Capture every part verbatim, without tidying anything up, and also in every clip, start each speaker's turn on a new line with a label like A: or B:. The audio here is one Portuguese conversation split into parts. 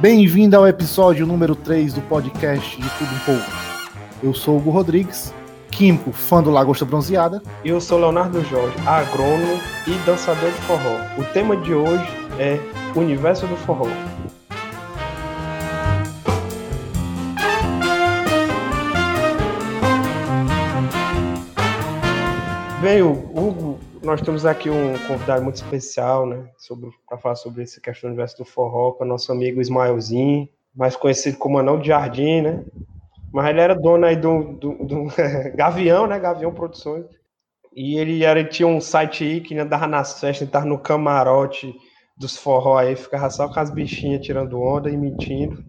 A: Bem-vindo ao episódio número três do podcast de Tudo Um Pouco. Eu sou o Hugo Rodrigues, químico, fã do Lagosta Bronzeada.
B: E eu sou Leonardo Jorge, agrônomo e dançador de forró. O tema de hoje é Universo do Forró. Bem, Hugo, nós temos aqui um convidado muito especial, né, para falar sobre essa questão do universo do forró, com o nosso amigo Ismaelzinho, mais conhecido como Anão de Jardim, né? Mas ele era dono aí do, do, do Gavião, né? Gavião Produções. E ele, era, ele tinha um site aí que andava nas festas, ele tava no camarote dos forró aí, ficava só com as bichinhas tirando onda e mentindo.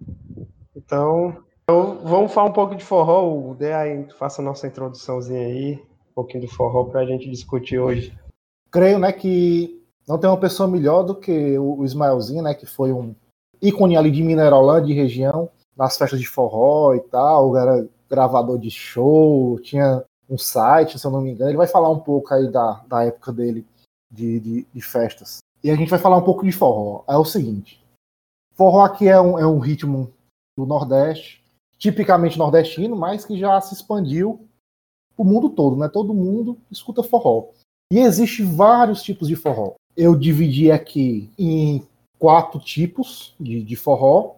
B: Então, então vamos falar um pouco de forró, Hugo. Dê aí, faça a nossa introduçãozinha aí. Um pouquinho do forró para a gente discutir hoje.
A: Creio, né, que não tem uma pessoa melhor do que o Ismaelzinho, né, que foi um ícone ali de Mineirolândia e região, nas festas de forró e tal, era gravador de show, tinha um site, se eu não me engano. Ele vai falar um pouco aí da, da época dele de, de, de festas. E a gente vai falar um pouco de forró. É o seguinte, forró aqui é um, é um ritmo do Nordeste, tipicamente nordestino, mas que já se expandiu o mundo todo, né? Todo mundo escuta forró. E existe vários tipos de forró. Eu dividi aqui em quatro tipos de, de forró,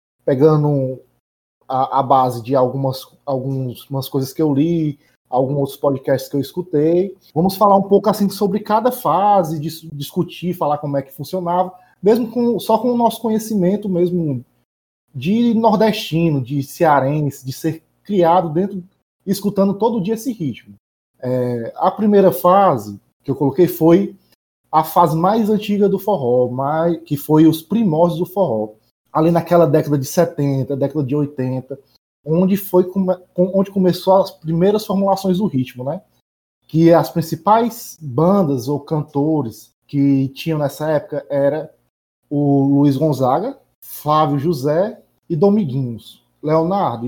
A: pegando a, a base de algumas, algumas coisas que eu li, alguns outros podcasts que eu escutei. Vamos falar um pouco assim sobre cada fase, dis, discutir, falar como é que funcionava, mesmo com, só com o nosso conhecimento mesmo de nordestino, de cearense, de ser criado dentro, escutando todo dia esse ritmo. É, a primeira fase que eu coloquei foi a fase mais antiga do forró, mais, que foi os primórdios do forró, ali naquela década de setenta, década de oitenta, onde, foi, onde começou as primeiras formulações do ritmo, né? Que as principais bandas ou cantores que tinham nessa época era o Luiz Gonzaga, Flávio José e Dominguinhos. Leonardo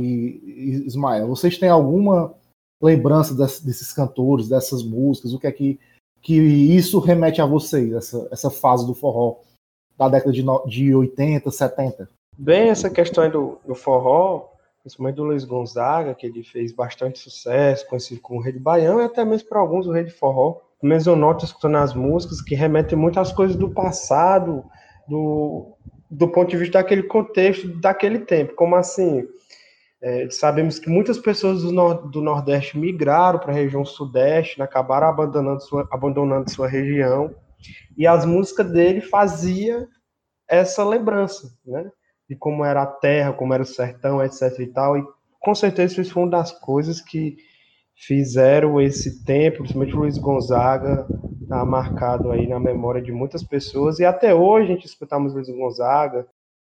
A: e Ismael, vocês têm alguma lembrança desses cantores, dessas músicas? O que é que, que isso remete a vocês, essa, essa fase do forró da década de, de oitenta, setenta?
B: Bem, essa questão aí do, do forró, principalmente do Luiz Gonzaga, que ele fez bastante sucesso, conhecido como o Rei de Baião, e até mesmo para alguns o Rei de Forró. Mesmo eu noto escutando as músicas que remetem muito às coisas do passado, do, do ponto de vista daquele contexto, daquele tempo. Como assim? É, sabemos que muitas pessoas do, nor- do Nordeste migraram para a região Sudeste, né, acabaram abandonando sua, abandonando sua região, e as músicas dele faziam essa lembrança, né, de como era a terra, como era o sertão, etc e tal, e com certeza isso foi uma das coisas que fizeram esse tempo, principalmente o Luiz Gonzaga, tá marcado aí na memória de muitas pessoas, e até hoje a gente escutamos Luiz Gonzaga.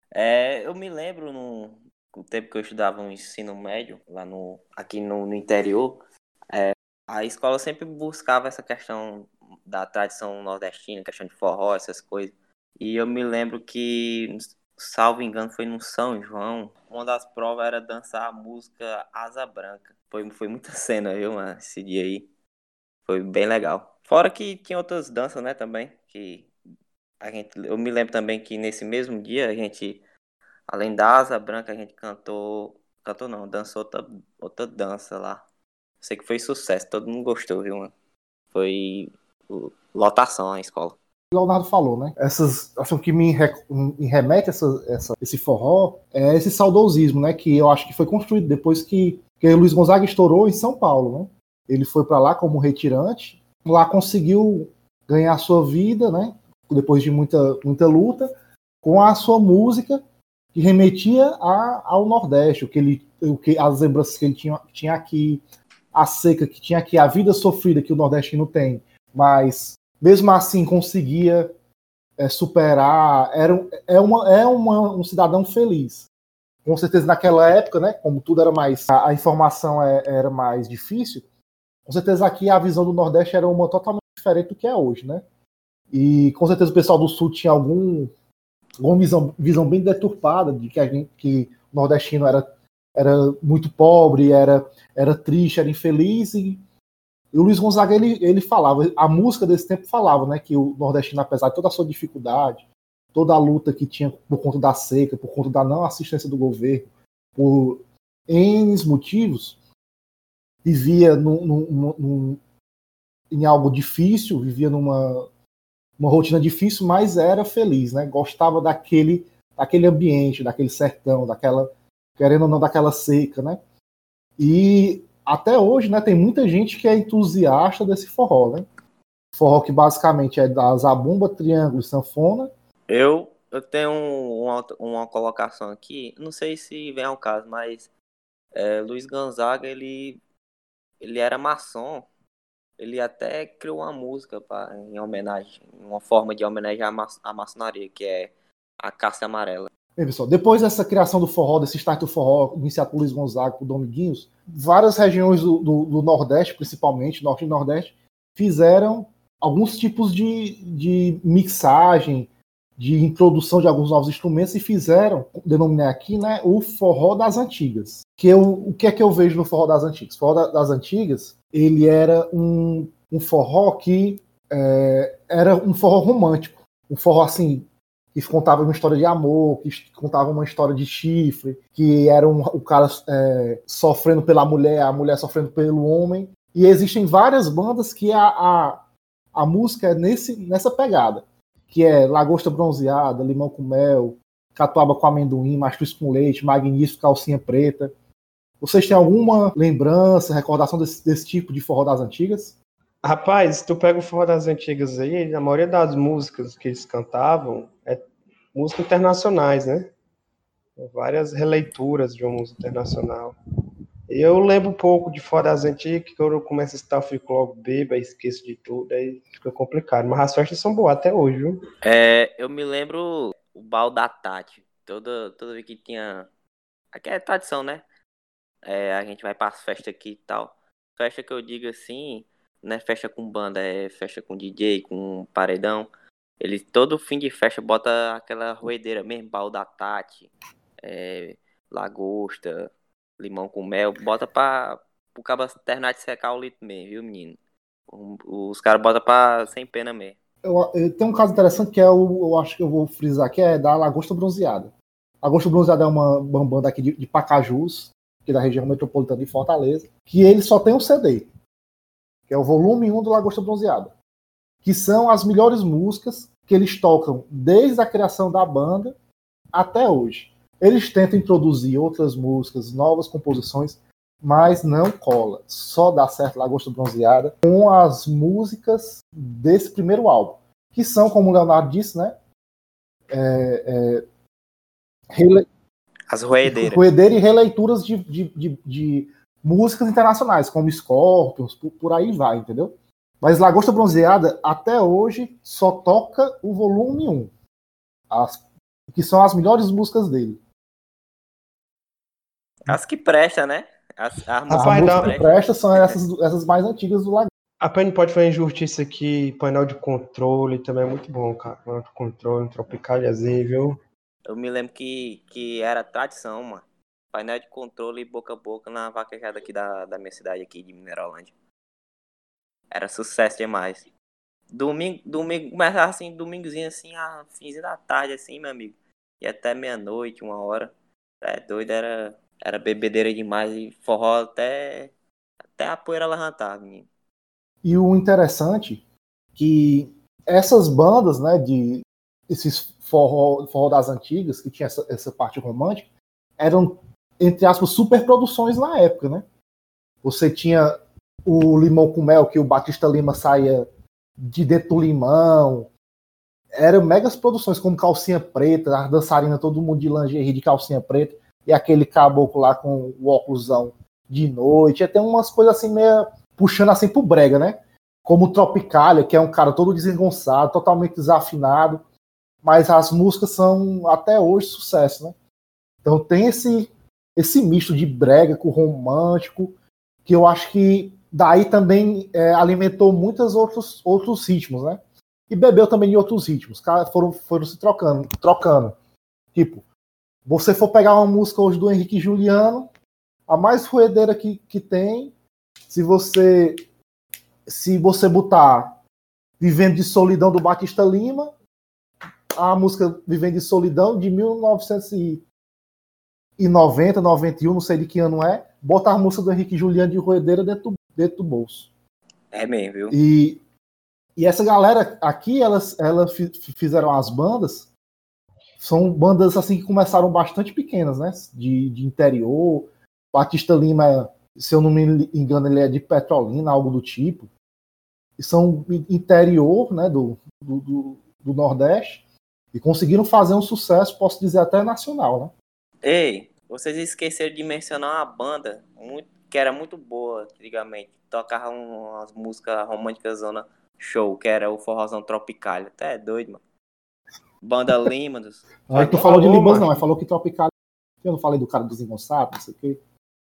C: É, eu me lembro no, no tempo que eu estudava no ensino médio, lá no, aqui no, no interior, é, a escola sempre buscava essa questão da tradição nordestina, questão de forró, essas coisas. E eu me lembro que, salvo engano, foi no São João, uma das provas era dançar a música Asa Branca. Foi, foi muita cena, viu, mano, esse dia aí. Foi bem legal. Fora que tinha outras danças, né, também, que a gente, eu me lembro também que nesse mesmo dia a gente, além da Asa Branca, a gente cantou, cantou não, dançou outra, outra dança lá. Sei que foi sucesso, todo mundo gostou, viu, mano? Foi lotação na escola.
A: O Leonardo falou, né? Essas, assim, o que me, re, me remete a essa, essa, esse forró é esse saudosismo, né? Que eu acho que foi construído depois que, que o Luiz Gonzaga estourou em São Paulo, né? Ele foi para lá como retirante, lá conseguiu ganhar sua vida, né? Depois de muita, muita luta, com a sua música que remetia a, ao Nordeste, o que ele, o que, as lembranças que ele tinha, tinha aqui, a seca que tinha aqui, a vida sofrida que o nordestino tem, mas mesmo assim conseguia é, superar, era, é, uma, é uma, um cidadão feliz. Com certeza naquela época, né, como tudo era mais, a, a informação é, era mais difícil, com certeza aqui a visão do Nordeste era uma totalmente diferente do que é hoje, né? E com certeza o pessoal do Sul tinha algum, alguma visão, visão bem deturpada de que, a gente, que o nordestino era, era muito pobre, era, era triste, era infeliz. E, e o Luiz Gonzaga, ele, ele falava, a música desse tempo falava, né, que o nordestino, apesar de toda a sua dificuldade, toda a luta que tinha por conta da seca, por conta da não assistência do governo, por N motivos, vivia num, num, num, em algo difícil, vivia numa uma rotina difícil, mas era feliz, né? Gostava daquele, daquele ambiente, daquele sertão, daquela, querendo ou não, daquela seca, né? E até hoje, né, tem muita gente que é entusiasta desse forró, né? Forró que basicamente é da zabumba, triângulo e sanfona.
C: Eu, eu tenho uma, uma colocação aqui, não sei se vem ao caso, mas é, Luiz Gonzaga, ele, ele era maçom. Ele até criou uma música pra, em homenagem, uma forma de homenagem à, ma à maçonaria, que é a Cássia Amarela.
A: Bem, pessoal, depois dessa criação do forró, desse start do forró, iniciado por Luiz Gonzaga, por Dominguinhos, várias regiões do, do, do Nordeste, principalmente, Norte e Nordeste, fizeram alguns tipos de, de mixagem, de introdução de alguns novos instrumentos e fizeram, denominei aqui, né, o forró das antigas. Que eu, o que é que eu vejo no forró das antigas? O forró da, das antigas, ele era um, um forró que é, era um forró romântico, um forró assim que contava uma história de amor, que contava uma história de chifre, que era um, o cara é, sofrendo pela mulher, a mulher sofrendo pelo homem. E existem várias bandas que a, a, a música é nesse, nessa pegada, que é Lagosta Bronzeada, Limão com Mel, Catuaba com Amendoim, Mastruz com Leite, Magnífico, Calcinha Preta. Vocês têm alguma lembrança, recordação desse, desse tipo de forró das antigas?
B: Rapaz, tu pega o forró das antigas aí, a maioria das músicas que eles cantavam é músicas internacionais, né? Várias releituras de uma música internacional. Eu lembro um pouco de forró das antigas, que eu começo a citar, eu fico logo bêbado, esqueço de tudo, aí fica complicado. Mas as festas são boas até hoje, viu?
C: É, eu me lembro o Bal da Tati. Toda, toda vez que tinha... Aqui é tradição, né? É, a gente vai para as festas aqui e tal. Festa que eu digo assim, não é festa com banda, é festa com D J, com paredão. Ele todo fim de festa bota aquela roedeira mesmo, Bal da Tati, é, lagosta, limão com mel, bota pra o cabo terminar de secar o litro mesmo, viu, menino? Os caras botam pra sem pena mesmo.
A: Eu, eu, tem um caso interessante que é o, eu acho que eu vou frisar, que é da Lagosta Bronzeada. Lagosta Bronzeada é uma, uma banda aqui de, de Pacajus, que é da região metropolitana de Fortaleza, que ele só tem um C D, que é o volume um do Lagosta Bronzeada, que são as melhores músicas que eles tocam desde a criação da banda até hoje. Eles tentam introduzir outras músicas, novas composições, mas não cola. Só dá certo Lagosta Bronzeada com as músicas desse primeiro álbum, que são, como o Leonardo disse, né? É, é, rele...
C: As roedeiras.
A: Roedeira e releituras de, de, de, de músicas internacionais, como Scorpions, por, por aí vai, entendeu? Mas Lagosta Bronzeada, até hoje, só toca o volume um, as, que são as melhores músicas dele.
C: As que prestam, né? As, as
A: As Rapaz, músicas que prestam são essas, essas mais antigas do Lagosta.
B: A Penny pode fazer injustiça aqui, painel de controle também é muito bom, cara. Painel de controle, Tropicaliazinho, viu?
C: Eu me lembro que, que era tradição, mano. Painel de controle boca a boca na vaquejada aqui da, da minha cidade aqui de Mineralândia. Era sucesso demais. Domingo, domingo, começava assim, domingozinho assim, a finzinho da tarde, assim, meu amigo. E até meia-noite, uma hora. É doido, era, era bebedeira demais e forró até, até a poeira levantar, menino.
A: E o interessante que essas bandas, né, de esses forró, forró das antigas, que tinha essa, essa parte romântica, eram, entre aspas, superproduções na época, né? Você tinha o Limão com Mel, que o Batista Lima saía de dentro do limão. Eram megas produções, como Calcinha Preta, a dançarina, todo mundo de lingerie de calcinha preta, e aquele caboclo lá com o óculosão de noite. Até umas coisas assim, meio puxando assim pro brega, né? Como o Tropicália, que é um cara todo desengonçado, totalmente desafinado, mas as músicas são até hoje sucesso, né? Então tem esse, esse misto de brega com romântico, que eu acho que daí também é, alimentou muitos outros, outros ritmos, né? E bebeu também em outros ritmos. Foram, foram se trocando, trocando. Tipo, você for pegar uma música hoje do Henrique Juliano, a mais roedeira que, que tem, se você se você botar Vivendo de Solidão do Batista Lima, a música Vivendo de Solidão de mil novecentos e noventa, noventa e um, não sei de que ano é, bota a música do Henrique e Juliano de Roedeira dentro, dentro do bolso.
C: É mesmo, viu?
A: E, e essa galera aqui, elas, elas fizeram as bandas, são bandas assim que começaram bastante pequenas, né? De, de interior. Batista Lima, se eu não me engano, ele é de Petrolina, algo do tipo. E são interior, né, do, do, do, do Nordeste, e conseguiram fazer um sucesso, posso dizer, até nacional, né?
C: Ei, vocês esqueceram de mencionar uma banda muito, que era muito boa antigamente. Tocava umas músicas românticas zona show, que era o Forrozão Tropical. Até é doido, mano. Banda Lima dos.
A: Aí tu falou de Libãs, não, mas falou que Tropical. Eu não falei do cara dos engonçados, não sei o quê.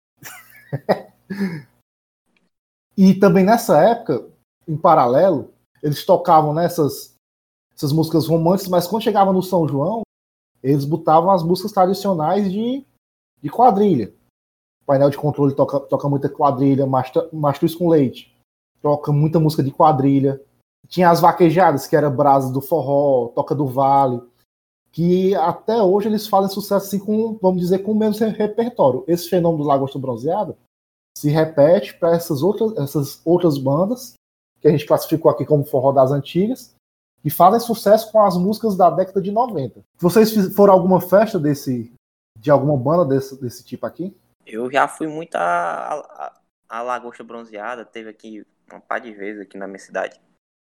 A: E também nessa época, em paralelo, eles tocavam nessas essas músicas românticas, mas quando chegava no São João, eles botavam as músicas tradicionais de, de quadrilha. O painel de controle toca, toca muita quadrilha, Mastruz com Leite, toca muita música de quadrilha. Tinha as vaquejadas, que era Brasa do Forró, Toca do Vale, que até hoje eles fazem sucesso assim com, vamos dizer, com o mesmo repertório. Esse fenômeno do Lagosta Bronzeada se repete para essas outras, essas outras bandas, que a gente classificou aqui como forró das antigas, que fazem sucesso com as músicas da década de noventa. Vocês foram a alguma festa desse, de alguma banda desse, desse tipo aqui?
C: Eu já fui muito a, a, a Lagosta Bronzeada, teve aqui um par de vezes aqui na minha cidade.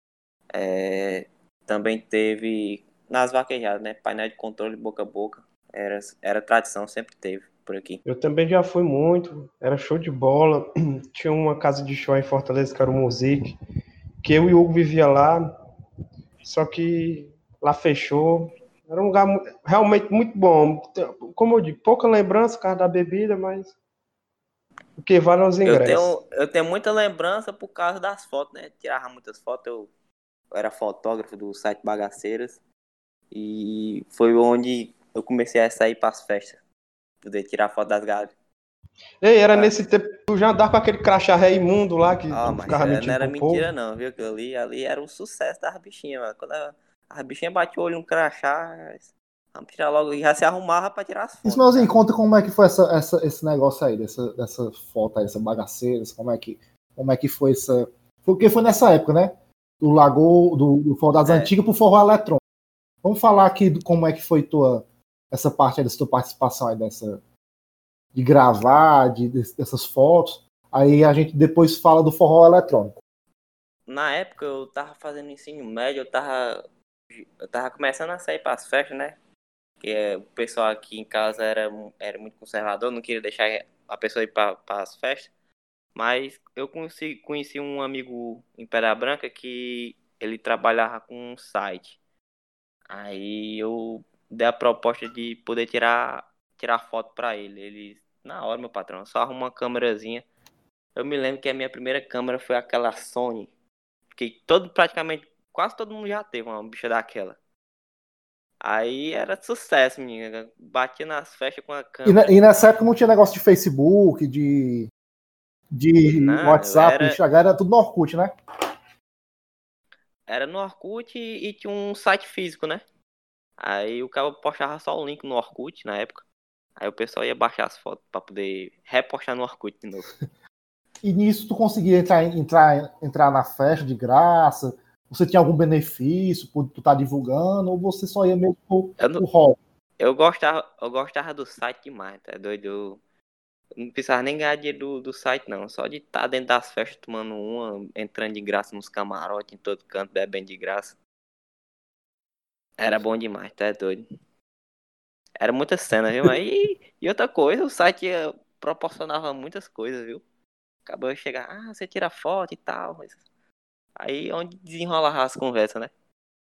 C: É, também teve nas vaquejadas, né? Painel de controle boca a boca. Era, era tradição, sempre teve por aqui.
B: Eu também já fui muito, era show de bola. Tinha uma casa de show em Fortaleza que era o Music, que eu e o Hugo vivia lá, só que lá fechou. Era um lugar realmente muito bom. Como eu digo, pouca lembrança por causa da bebida, mas o que vale é os ingressos.
C: Eu tenho, eu tenho muita lembrança por causa das fotos, né? Tirava muitas fotos, eu, eu era fotógrafo do site Bagaceiras e foi onde eu comecei a sair para as festas, poder tirar foto das galera.
B: Ei, era ah. nesse tempo que tu já andava com aquele crachá ré imundo lá que
C: ah,
B: tu ficava mentindo.
C: Não era
B: pro
C: mentira,
B: povo.
C: não, viu? Que ali, ali era um sucesso das bichinhas, mano. Quando a, as bichinhas batiam o olho no crachá, vamos tirar logo, e já se arrumava pra tirar as fotos.
A: Ismaelzinho, conta como é que foi essa, essa, esse negócio aí, dessa, dessa foto aí, essa bagaceira, como é que, como é que foi essa. Porque foi nessa época, né? Do Lagoa, do, do forró das é. antigas pro forró eletrônico. Vamos falar aqui do, como é que foi tua, essa parte aí, dessa tua participação aí, dessa, de gravar, de, dessas fotos. Aí a gente depois fala do forró eletrônico.
C: Na época eu tava fazendo ensino médio, eu tava, eu tava começando a sair para as festas, né? Que é, o pessoal aqui em casa era, era muito conservador, não queria deixar a pessoa ir para as festas. Mas eu conheci, conheci um amigo em Pedra Branca que ele trabalhava com um site. Aí eu dei a proposta de poder tirar, tirar foto para ele. Ele, na hora, meu patrão, só arruma uma câmerazinha. Eu me lembro que a minha primeira câmera foi aquela Sony. Que todo, praticamente, quase todo mundo já teve uma bicha daquela. Aí era sucesso, menina. Batia nas festas com a câmera.
A: E, e nessa época não tinha negócio de Facebook, de, de não, WhatsApp, era... Instagram, era tudo no Orkut, né?
C: Era no Orkut e, e tinha um site físico, né? Aí o cara postava só o link no Orkut na época. Aí o pessoal ia baixar as fotos pra poder repostar no Orkut de novo.
A: E nisso tu conseguia entrar, entrar, entrar na festa de graça? Você tinha algum benefício por tu estar divulgando? Ou você só ia mesmo pro,
C: eu não,
A: pro hall?
C: Eu gostava, eu gostava do site demais, tá doido? Eu não precisava nem ganhar dinheiro do, do site, não. Só de estar dentro das festas tomando uma, entrando de graça nos camarotes, em todo canto, bebendo de graça. Era bom demais, tá doido? Era muita cena, viu? E, e outra coisa, o site proporcionava muitas coisas, viu? Acabou de chegar, ah, você tira foto e tal. Mas... Aí onde desenrolava as conversas, né?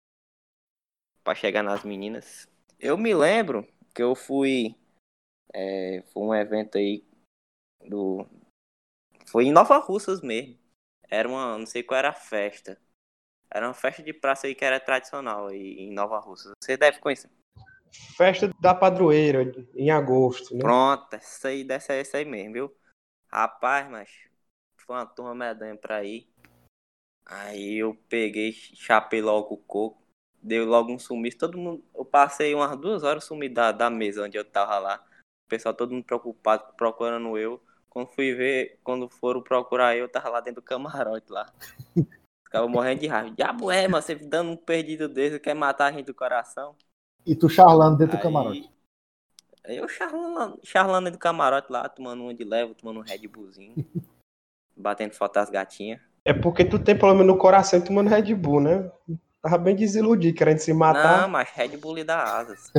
C: Pra chegar nas meninas. Eu me lembro que eu fui. É, foi um evento aí do. Foi em Nova Russas mesmo. Era uma. Não sei qual era a festa. Era uma festa de praça aí que era tradicional aí em Nova Russas. Você deve conhecer.
B: Festa da Padroeira, em agosto, né?
C: Pronto, essa aí, dessa essa aí mesmo, viu? Rapaz, mas foi uma turma medonha pra ir. Aí eu peguei, chapei logo o coco. deu logo um sumiço. Todo mundo, eu passei umas duas horas sumido da, da mesa onde eu tava lá. O pessoal todo mundo preocupado, procurando eu. Quando fui ver, quando foram procurar eu, eu tava lá dentro do camarote lá. Ficava morrendo de raiva. Diabo é, mano, você dando um perdido desse, quer matar a gente do coração.
A: E tu charlando dentro
C: Aí,
A: do camarote.
C: Eu charlando, charlando dentro do camarote lá, tomando um de leve, tomando um Red Bullzinho. Batendo foto das gatinhas.
B: É porque tu tem pelo menos no coração tomando Red Bull, né? Tava bem desiludido, querendo se matar.
C: Não, mas Red Bull lhe dá asas.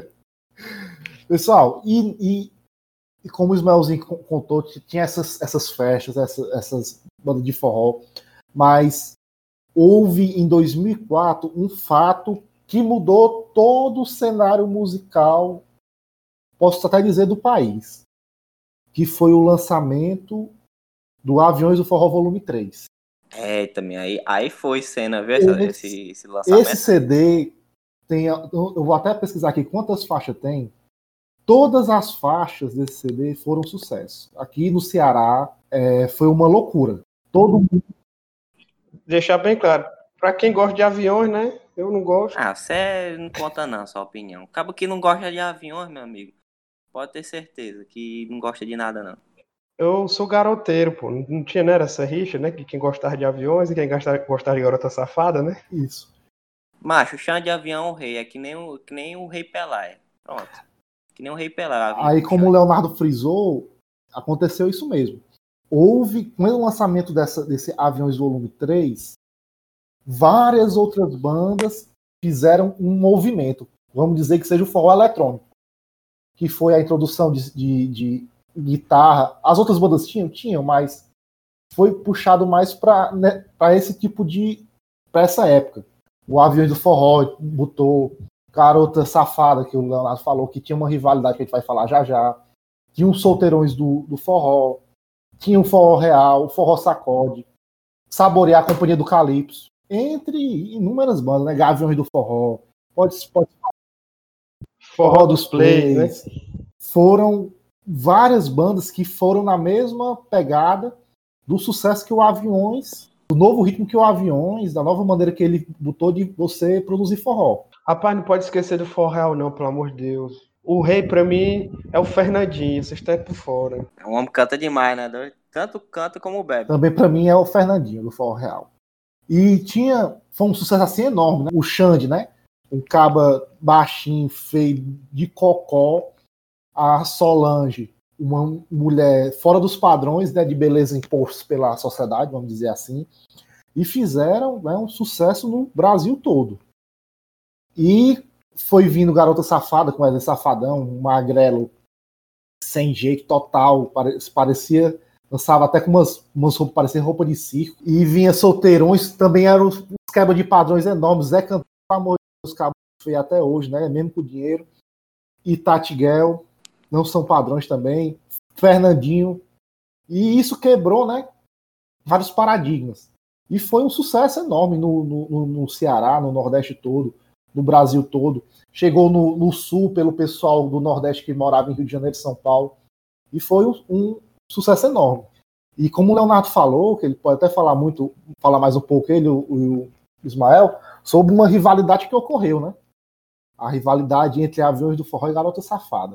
A: Pessoal, e, e, e como o Ismaelzinho contou, tinha essas, essas festas, essas, essas bandas de forró, mas houve em dois mil e quatro um fato que mudou todo o cenário musical, posso até dizer, do país, que foi o lançamento do Aviões do Forró Volume três.
C: É, também, aí, aí foi cena, viu, essa,
A: Esse,
C: esse, esse lançamento.
A: Esse C D, tem, eu vou até pesquisar aqui quantas faixas tem. Todas as faixas desse C D foram sucesso. Aqui no Ceará é, foi uma loucura. Todo mundo.
B: Deixar bem claro, pra quem gosta de aviões, né? Eu não gosto.
C: Ah, você não conta não, sua opinião. Acaba que não gosta de aviões, meu amigo. Pode ter certeza que não gosta de nada, não.
B: Eu sou garoteiro, pô. Não tinha, né, essa rixa, né? Que quem gostava de aviões e quem gostava de garota safada, né?
A: Isso.
C: Macho, o chão de avião é o rei. É que nem o, que nem o Rei Pelé. Pronto. Que nem o Rei Pelé. Avião,
A: Aí, como o Leonardo frisou, aconteceu isso mesmo. Houve, com o lançamento dessa, desse Aviões Volume três, várias outras bandas fizeram um movimento. Vamos dizer que seja o forró eletrônico. Que foi a introdução de, de, de guitarra. As outras bandas tinham? Tinham, mas foi puxado mais para, né, para esse tipo de... para essa época. O Aviões do Forró botou Garota Safada, que o Leonardo falou, que tinha uma rivalidade que a gente vai falar já já. Tinha os Solteirões do, do Forró. Tinha o Forró Real, o Forró Sacode. Saborear a Companhia do Calypso. Entre inúmeras bandas, né? Gaviões do Forró. Pode, pode
B: Forró, Forró dos Plays,
A: Plays,
B: né?
A: Foram várias bandas que foram na mesma pegada do sucesso que o Aviões, do novo ritmo que o Aviões, da nova maneira que ele botou de você produzir forró.
B: Rapaz, não pode esquecer do Forró Real, não, pelo amor de Deus. O rei, pra mim, é o Fernandinho, vocês estão por fora.
C: O homem canta demais, né? Tanto canta como bebe.
A: Também pra mim é o Fernandinho, do Forró Real. E tinha, foi um sucesso assim enorme, né? O Xande, né? Um caba baixinho, feio, de cocó. A Solange, uma mulher fora dos padrões, né, de beleza impostos pela sociedade, vamos dizer assim, e fizeram, né, um sucesso no Brasil todo. E foi vindo Garota Safada com Wesley Safadão, um magrelo sem jeito total, parecia, dançava até com umas, umas roupas, parecia roupa de circo, e vinha Solteirões, também eram os quebra de padrões enormes, Zé Cantor, amor de Deus, cabos feio até hoje, né, mesmo com dinheiro, e Tati Guel, não são padrões também, Fernandinho, e isso quebrou, né, vários paradigmas, e foi um sucesso enorme no, no, no Ceará, no Nordeste todo, no Brasil todo, chegou no, no Sul pelo pessoal do Nordeste que morava em Rio de Janeiro e São Paulo, e foi um, um sucesso enorme, e como o Leonardo falou, que ele pode até falar muito, falar mais um pouco, ele, o, o Ismael, sobre uma rivalidade que ocorreu, né, a rivalidade entre Aviões do Forró e Garota Safada.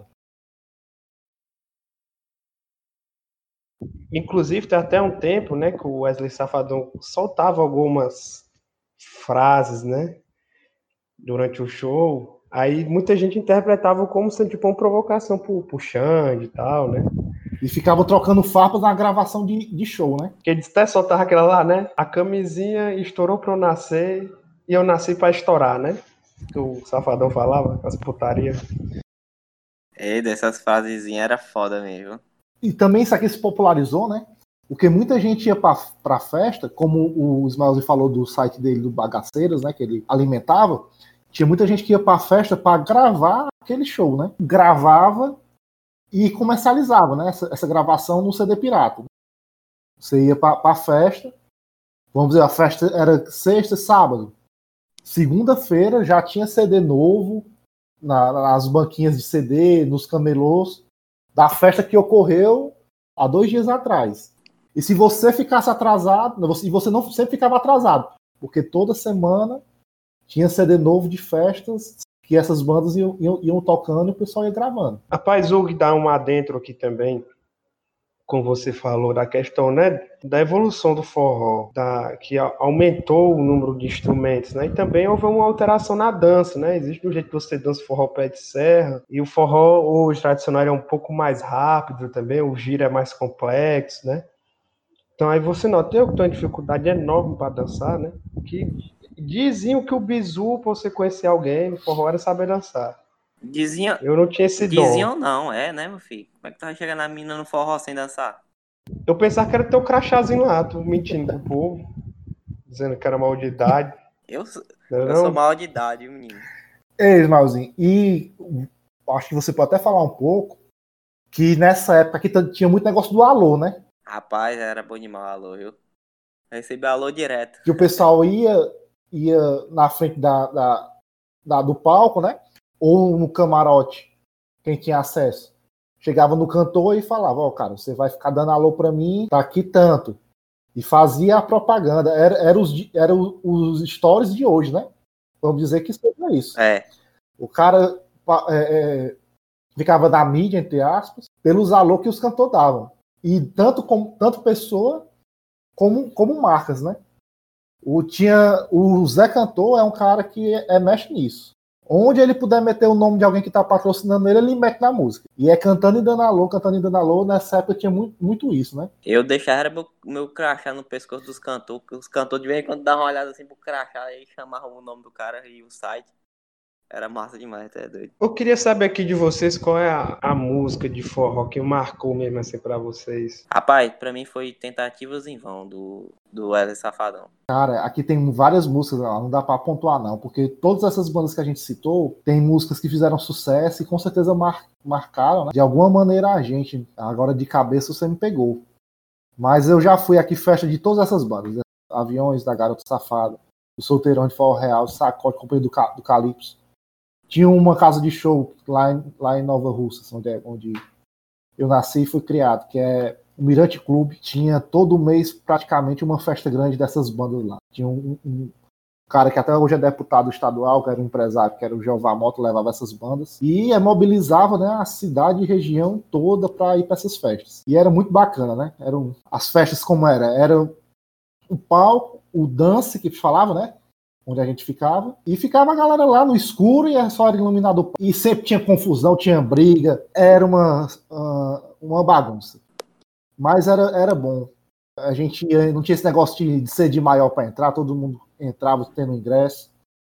B: Inclusive, tem até um tempo, né, que o Wesley Safadão soltava algumas frases, né, durante o show. Aí muita gente interpretava como sendo tipo uma provocação pro, pro Xande e tal, né.
A: E ficava trocando farpas na gravação de, de show, né.
B: Porque ele até soltava aquela lá, né, a camisinha estourou pra eu nascer e eu nasci pra estourar, né. Que o Safadão falava, as putarias.
C: E dessas frasezinhas era foda mesmo.
A: E também isso aqui se popularizou, né? Porque muita gente ia pra, pra festa, como o Ismael falou do site dele, do Bagaceiras, né? Que ele alimentava. Tinha muita gente que ia pra festa pra gravar aquele show, né? Gravava e comercializava, né? Essa, essa gravação no C D pirata. Você ia pra, pra festa, vamos dizer, a festa era sexta, sábado. Segunda-feira já tinha C D novo na, nas banquinhas de C D, nos camelôs, da festa que ocorreu há dois dias atrás. E se você ficasse atrasado, e você não sempre ficava atrasado, porque toda semana Tinha C D novo de festas que essas bandas iam, iam, iam tocando e o pessoal ia gravando.
B: Rapaz, o que dá um adentro aqui também, como você falou, da questão, né, da evolução do forró, da, que a- aumentou o número de instrumentos, né, e também houve uma alteração na dança, né, existe um jeito que você dança forró pé de serra, e o forró hoje tradicional é um pouco mais rápido também, o giro é mais complexo, né, então aí você nota, eu que tenho uma dificuldade enorme para dançar, né, que diziam que o bizu, pra você conhecer alguém no forró, era saber dançar.
C: Diziam,
B: Eu não tinha esse dom.
C: diziam não, é, né, meu filho? Como é que tu vai chegar na mina no forró sem dançar?
B: Eu pensava que era ter o crachazinho lá, tu mentindo pro povo, dizendo que era mal de idade.
C: Eu, sou-
B: Não, era
C: eu sou
B: não?
C: maior de idade, menino.
A: Ei, Ismaelzinho, e acho que você pode até falar um pouco que nessa época aqui t- tinha muito negócio do alô, né?
C: Rapaz, era bom demais, alô, viu? Recebi alô direto.
A: Que o pessoal ia, ia na frente da, da, da- do palco, né? Ou no camarote, quem tinha acesso. Chegava no cantor e falava, ó, cara, você vai ficar dando alô pra mim, tá aqui tanto. E fazia a propaganda. Era, era, os, di- era o- os stories de hoje, né? Vamos dizer que seja isso.
C: É,
A: O cara pa- é, é, ficava na mídia, entre aspas, pelos alô que os cantores davam. E tanto, como, tanto pessoa como, como marcas, né? O, tinha, o Zé Cantor é um cara que é, é mexe nisso. Onde ele puder meter o nome de alguém que está patrocinando ele, ele mete na música. E é cantando e dando alô, cantando e dando alô. Nessa época tinha muito, muito isso, né?
C: eu deixava meu, meu crachá no pescoço dos cantores, que os cantores de vez em quando davam uma olhada assim pro crachá e chamavam o nome do cara e o site. Era massa demais, até doido.
B: Eu queria saber aqui de vocês qual é a, a música de forró que marcou mesmo assim pra vocês.
C: Rapaz, pra mim foi Tentativas em Vão, do, do Wesley Safadão.
A: Cara, aqui tem várias músicas, não dá pra pontuar não, porque todas essas bandas que a gente citou, tem músicas que fizeram sucesso e com certeza mar, marcaram, né? De alguma maneira a gente. Agora de cabeça você me pegou. Mas eu já fui aqui festa de todas essas bandas, né? Aviões, da Garota Safada, o Solteirão de Forró Real, Sacode, Companhia do, Ca- do Calypso. Tinha uma casa de show lá em, lá em Nova Russas, onde, é- onde eu nasci e fui criado, que é o Mirante Clube. Tinha todo mês praticamente uma festa grande dessas bandas lá. Tinha um, um cara que até hoje é deputado estadual, que era um empresário, que era o Jeová Moto, levava essas bandas. E é, mobilizava, né, a cidade e região toda para ir para essas festas. E era muito bacana, né? Eram as festas como era. Era o palco, o dance que falava, né? Onde a gente ficava, e ficava a galera lá no escuro e só era iluminado. E sempre tinha confusão, tinha briga, era uma, uh, uma bagunça. Mas era, era bom. A gente ia, não tinha esse negócio de, de ser de maior para entrar, todo mundo entrava tendo ingresso.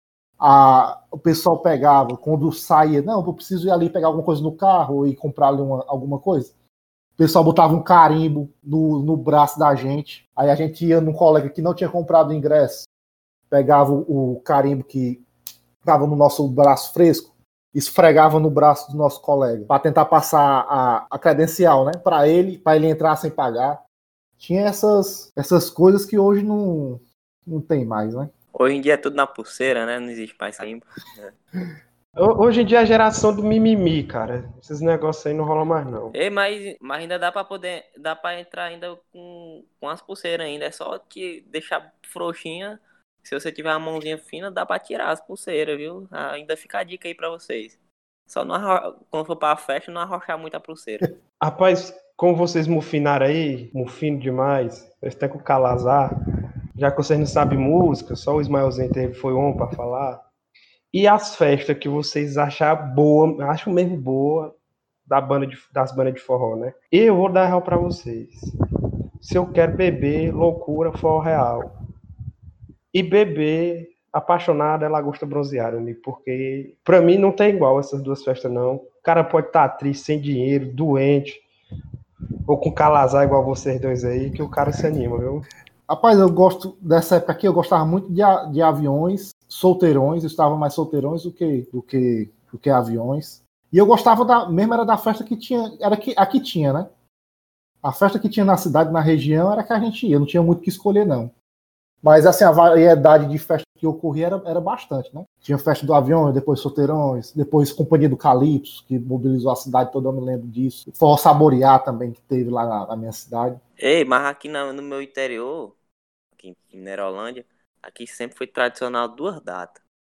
A: A, o pessoal pegava, quando saía, não, eu preciso ir ali pegar alguma coisa no carro e comprar ali uma, alguma coisa. O pessoal botava um carimbo no, no braço da gente. Aí a gente ia num colega que não tinha comprado o ingresso, pegava o, o carimbo que estava no nosso braço fresco, esfregava no braço do nosso colega para tentar passar a, a credencial, né, para ele, para ele entrar sem pagar. Tinha essas, essas coisas que hoje não, não tem mais, né?
C: Hoje em dia é tudo na pulseira, né? Não existe mais carimbo. É.
B: Ho- Hoje em dia é a geração do mimimi, cara. Esses negócios aí não rolam mais não.
C: Ei, mas, mas ainda dá pra poder. Dá pra entrar ainda com, com as pulseiras ainda. É só te deixar frouxinha. Se você tiver uma mãozinha fina, dá pra tirar as pulseiras, viu? Ainda fica a dica aí pra vocês. Só não arro... quando for pra festa, não arrochar muito a pulseira.
B: Rapaz, como vocês mufinaram aí, mufino demais, vocês estão com calazar, já que vocês não sabem música, só o Ismaelzinho teve, foi on pra falar. E as festas que vocês acham boa, acham mesmo boa da banda de, das bandas de forró, né? Eu vou dar real pra vocês. Se eu quero beber, loucura, forró real. E beber, apaixonado, é lagosta bronzeada, amigo, porque pra mim não tem igual essas duas festas, não. O cara pode estar triste, sem dinheiro, doente, ou com calazar igual vocês dois aí, que o cara se anima, viu?
A: Rapaz, eu gosto dessa época aqui, eu gostava muito de, a- de aviões, solteirões, eu estava mais solteirões do que, do que, do que aviões. E eu gostava da, mesmo era da festa que tinha, era que aqui tinha, né? A festa que tinha na cidade, na região, era que a gente ia, não tinha muito o que escolher, não. Mas assim, a variedade de festa que ocorria era, era bastante, né? Tinha festa do avião, depois solteirões, depois Companhia do Calypso, que mobilizou a cidade toda, eu me lembro disso. Forró Saborear também, que teve lá na, na minha cidade.
C: Ei, mas aqui no, no meu interior, aqui em Minerolândia, aqui sempre foi tradicional duas datas.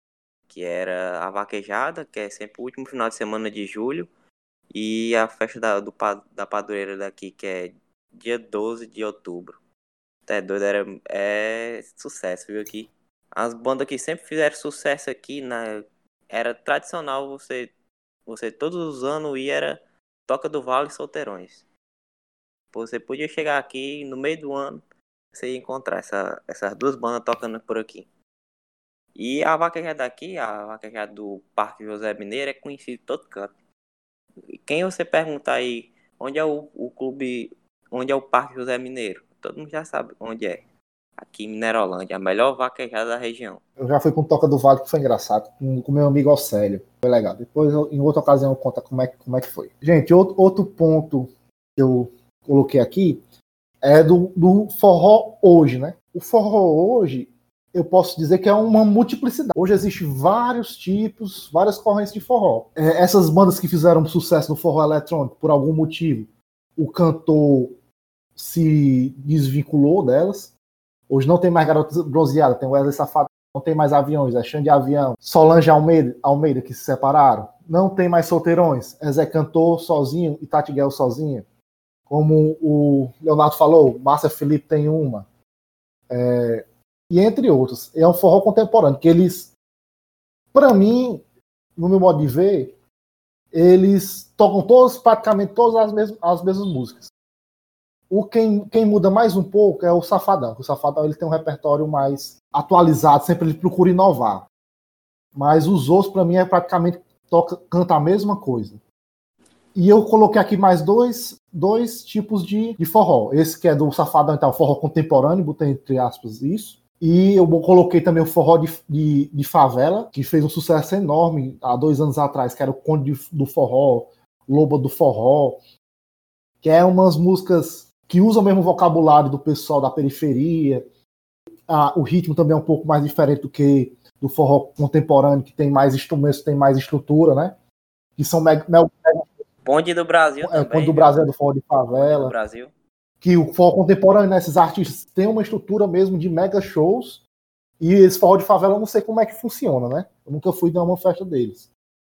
C: que era a vaquejada, que é sempre o último final de semana de julho, e a festa da, do, da padroeira daqui, que é dia doze de outubro. É doido, era, é sucesso, viu, aqui. As bandas que sempre fizeram sucesso aqui, na, era tradicional você, você todos os anos ir, era Toca do Vale e Solteirões. Você podia chegar aqui no meio do ano, você ia encontrar essa, essas duas bandas tocando por aqui. E a vaquejada daqui, a vaquejada do Parque José Mineiro, é conhecida em todo canto. Quem você perguntar aí onde é o, o clube, onde é o Parque José Mineiro, todo mundo já sabe onde é. Aqui em Minerolândia, a melhor vaquejada da região.
A: Eu já fui com Toca do Vale, que foi engraçado, com o meu amigo Alcélio. Foi legal. Depois, eu, em outra ocasião, eu conto como é, como é que foi. Gente, outro, outro ponto que eu coloquei aqui é do, do forró hoje, né? O forró hoje, eu posso dizer que é uma multiplicidade. Hoje existem vários tipos, várias correntes de forró. É, essas bandas que fizeram sucesso no forró eletrônico, por algum motivo, o cantor se desvinculou delas. Hoje não tem mais Garota Bronzeada, tem Wesley Safadão, não tem mais Aviões, é Xande Avião, Solange Almeida, Almeida, que se separaram. Não tem mais Solteirões, é Zé Cantor sozinho e Tati Guel sozinha. Como o Leonardo falou, Márcia Felipe tem uma. É, e entre outros. É um forró contemporâneo, que eles, para mim, no meu modo de ver, eles tocam todos, praticamente todas as mesmas, as mesmas músicas. O quem, quem muda mais um pouco é o Safadão. O Safadão ele tem um repertório mais atualizado, sempre ele procura inovar. Mas os outros, para mim, é praticamente toca, canta a mesma coisa. E eu coloquei aqui mais dois, dois tipos de, de forró. Esse que é do Safadão, então, forró contemporâneo, botei entre aspas isso. E eu coloquei também o forró de, de, de favela, que fez um sucesso enorme há dois anos atrás, que era o Conde do Forró, Loba do Forró, que é umas músicas que usam o mesmo vocabulário do pessoal da periferia. Ah, o ritmo também é um pouco mais diferente do que do forró contemporâneo, que tem mais instrumentos, tem mais estrutura, né? Que são mega, mega,
C: Bonde do Brasil
A: é,
C: também.
A: Quando do Brasil é do forró de favela.
C: Bonde do Brasil.
A: Que o forró contemporâneo, né, esses artistas têm uma estrutura mesmo de mega shows, e esse forró de favela eu não sei como é que funciona, né? Eu nunca fui dar uma festa deles.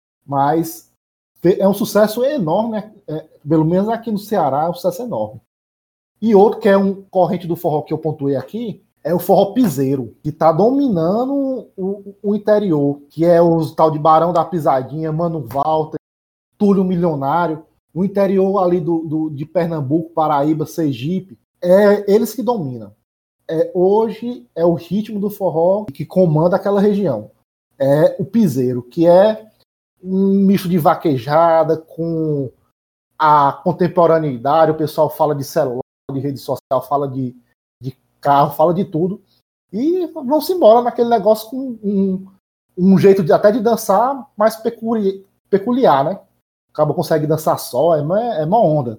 A: Mas é um sucesso enorme, né? É, pelo menos aqui no Ceará é um sucesso enorme. E outro que é um corrente do forró que eu pontuei aqui é o forró piseiro, que está dominando o, o interior, que é o tal de Barão da Pisadinha, Mano Walter, Túlio Milionário, o interior ali do, do, de Pernambuco, Paraíba, Sergipe, é eles que dominam. É, hoje é o ritmo do forró que comanda aquela região. É o piseiro, que é um misto de vaquejada com a contemporaneidade, o pessoal fala de celular, de rede social, fala de, de carro, fala de tudo, e vão-se embora naquele negócio com um, um jeito de, até de dançar mais peculi, peculiar, né? Acaba consegue dançar só, é uma, é uma onda.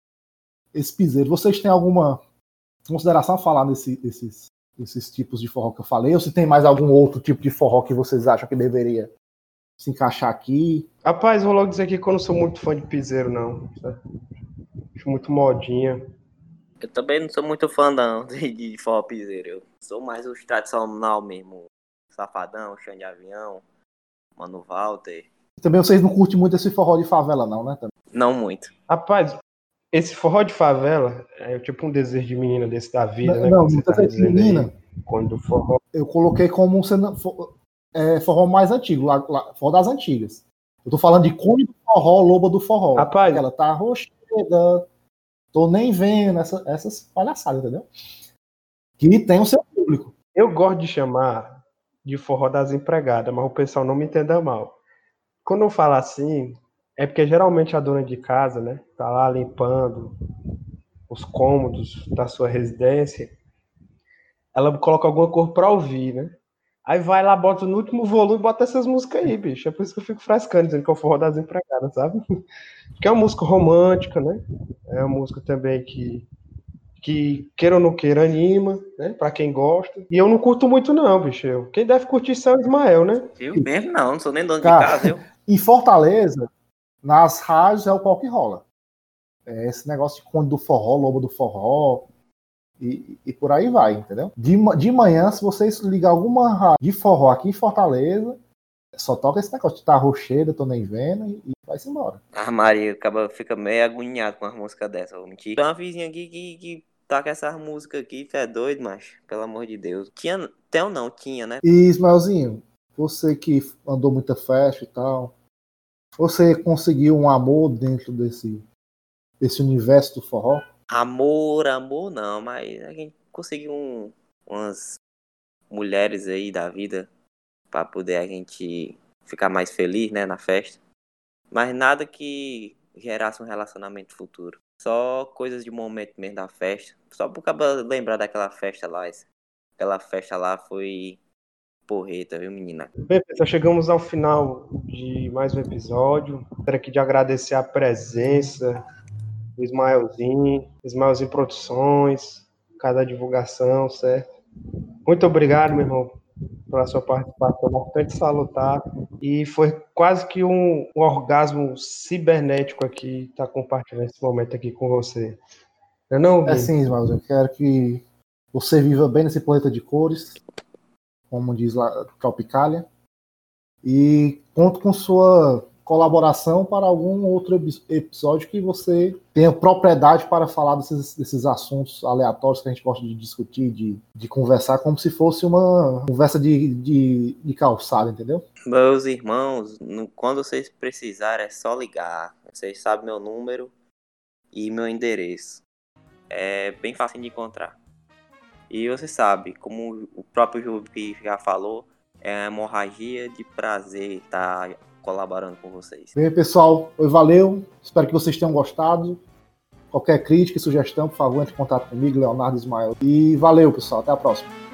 A: Esse piseiro. Vocês têm alguma consideração a falar nesse, nesses, nesses tipos de forró que eu falei, ou se tem mais algum outro tipo de forró que vocês acham que deveria se encaixar aqui?
B: Rapaz, vou logo dizer aqui que eu não sou muito fã de piseiro, não. Acho muito modinha.
C: Eu também não sou muito fã não, de, de forró piseiro. Eu sou mais os tradicional mesmo. Safadão, Xande Avião, Mano Walter.
A: Também vocês não curtem muito esse forró de favela, não, né? Também.
C: Não muito.
B: Rapaz, esse forró de favela é tipo um desejo de menina desse da vida,
A: não,
B: né?
A: Não,
B: não
A: tá de menina.
B: Aí, quando forró...
A: Eu coloquei como sendo é, forró mais antigo, lá, lá, forró das antigas. Eu tô falando de Conde do Forró, Loba do Forró.
B: Rapaz,
A: ela tá rocheda. Tô nem vendo essa, essas palhaçadas, entendeu? Que tem o seu público.
B: Eu gosto de chamar de forró das empregadas, mas o pessoal não me entenda mal. Quando eu falo assim, é porque geralmente a dona de casa, né, tá lá limpando os cômodos da sua residência, ela coloca alguma cor pra ouvir, né? Aí vai lá, bota no último volume e bota essas músicas aí, bicho. É por isso que eu fico frescando, dizendo que é o forró das empregadas, sabe? Porque é uma música romântica, né? É uma música também que, que queira ou não queira, anima, né? Pra quem gosta. E eu não curto muito não, bicho. Quem deve curtir isso é o Ismael, né?
C: Eu mesmo não, não sou nem dono
A: Cara,
C: de casa, eu.
A: Em Fortaleza, nas rádios é o qual que rola. É esse negócio de Conde do Forró, Lobo do Forró, e, e por aí vai, entendeu? De, de manhã, se vocês ligar alguma rádio de forró aqui em Fortaleza, Só toca esse negócio de tá rochedo, tô nem vendo, e, e vai-se embora.
C: A Maria acaba, fica meio agoniado com uma música dessa, vou mentir. Tem uma vizinha aqui que, que tá com essas músicas aqui, tu é doido, mas pelo amor de Deus. Tinha, tem ou não? Tinha, né?
A: E, Ismaelzinho, você que andou muita festa e tal, você conseguiu um amor dentro desse, desse universo do forró?
C: Amor, amor não, mas a gente conseguiu um, umas mulheres aí da vida pra poder a gente ficar mais feliz, né, na festa. Mas nada que gerasse um relacionamento futuro. Só coisas de momento mesmo da festa. Só por causa lembrar daquela festa lá. Aquela festa lá foi porreta, viu, menina?
B: Bem, pessoal, chegamos ao final de mais um episódio. Quero aqui de agradecer a presença do Ismaelzinho, Ismaelzinho Produções, cada divulgação, certo? Muito obrigado, meu irmão, pela sua participação bastante salutar. E foi quase que um, um orgasmo cibernético aqui, estar tá compartilhando esse momento aqui com você. Não é não,
A: É sim, Ismaelzinho, eu quero que você viva bem nesse planeta de cores, como diz lá, Tropicália, e conto com sua colaboração para algum outro episódio que você tenha propriedade para falar desses, desses assuntos aleatórios que a gente gosta de discutir, de, de conversar, como se fosse uma conversa de, de, de calçada, entendeu?
C: Meus irmãos, no, quando vocês precisarem é só ligar. Vocês sabem meu número e meu endereço. É bem fácil de encontrar. E você sabe, como o próprio Jubi já falou, é uma hemorragia de prazer estar colaborando com vocês.
A: Bem, pessoal, valeu. Espero que vocês tenham gostado. Qualquer crítica e sugestão, por favor, entre em contato comigo, Leonardo Ismael. E valeu, pessoal. Até a próxima.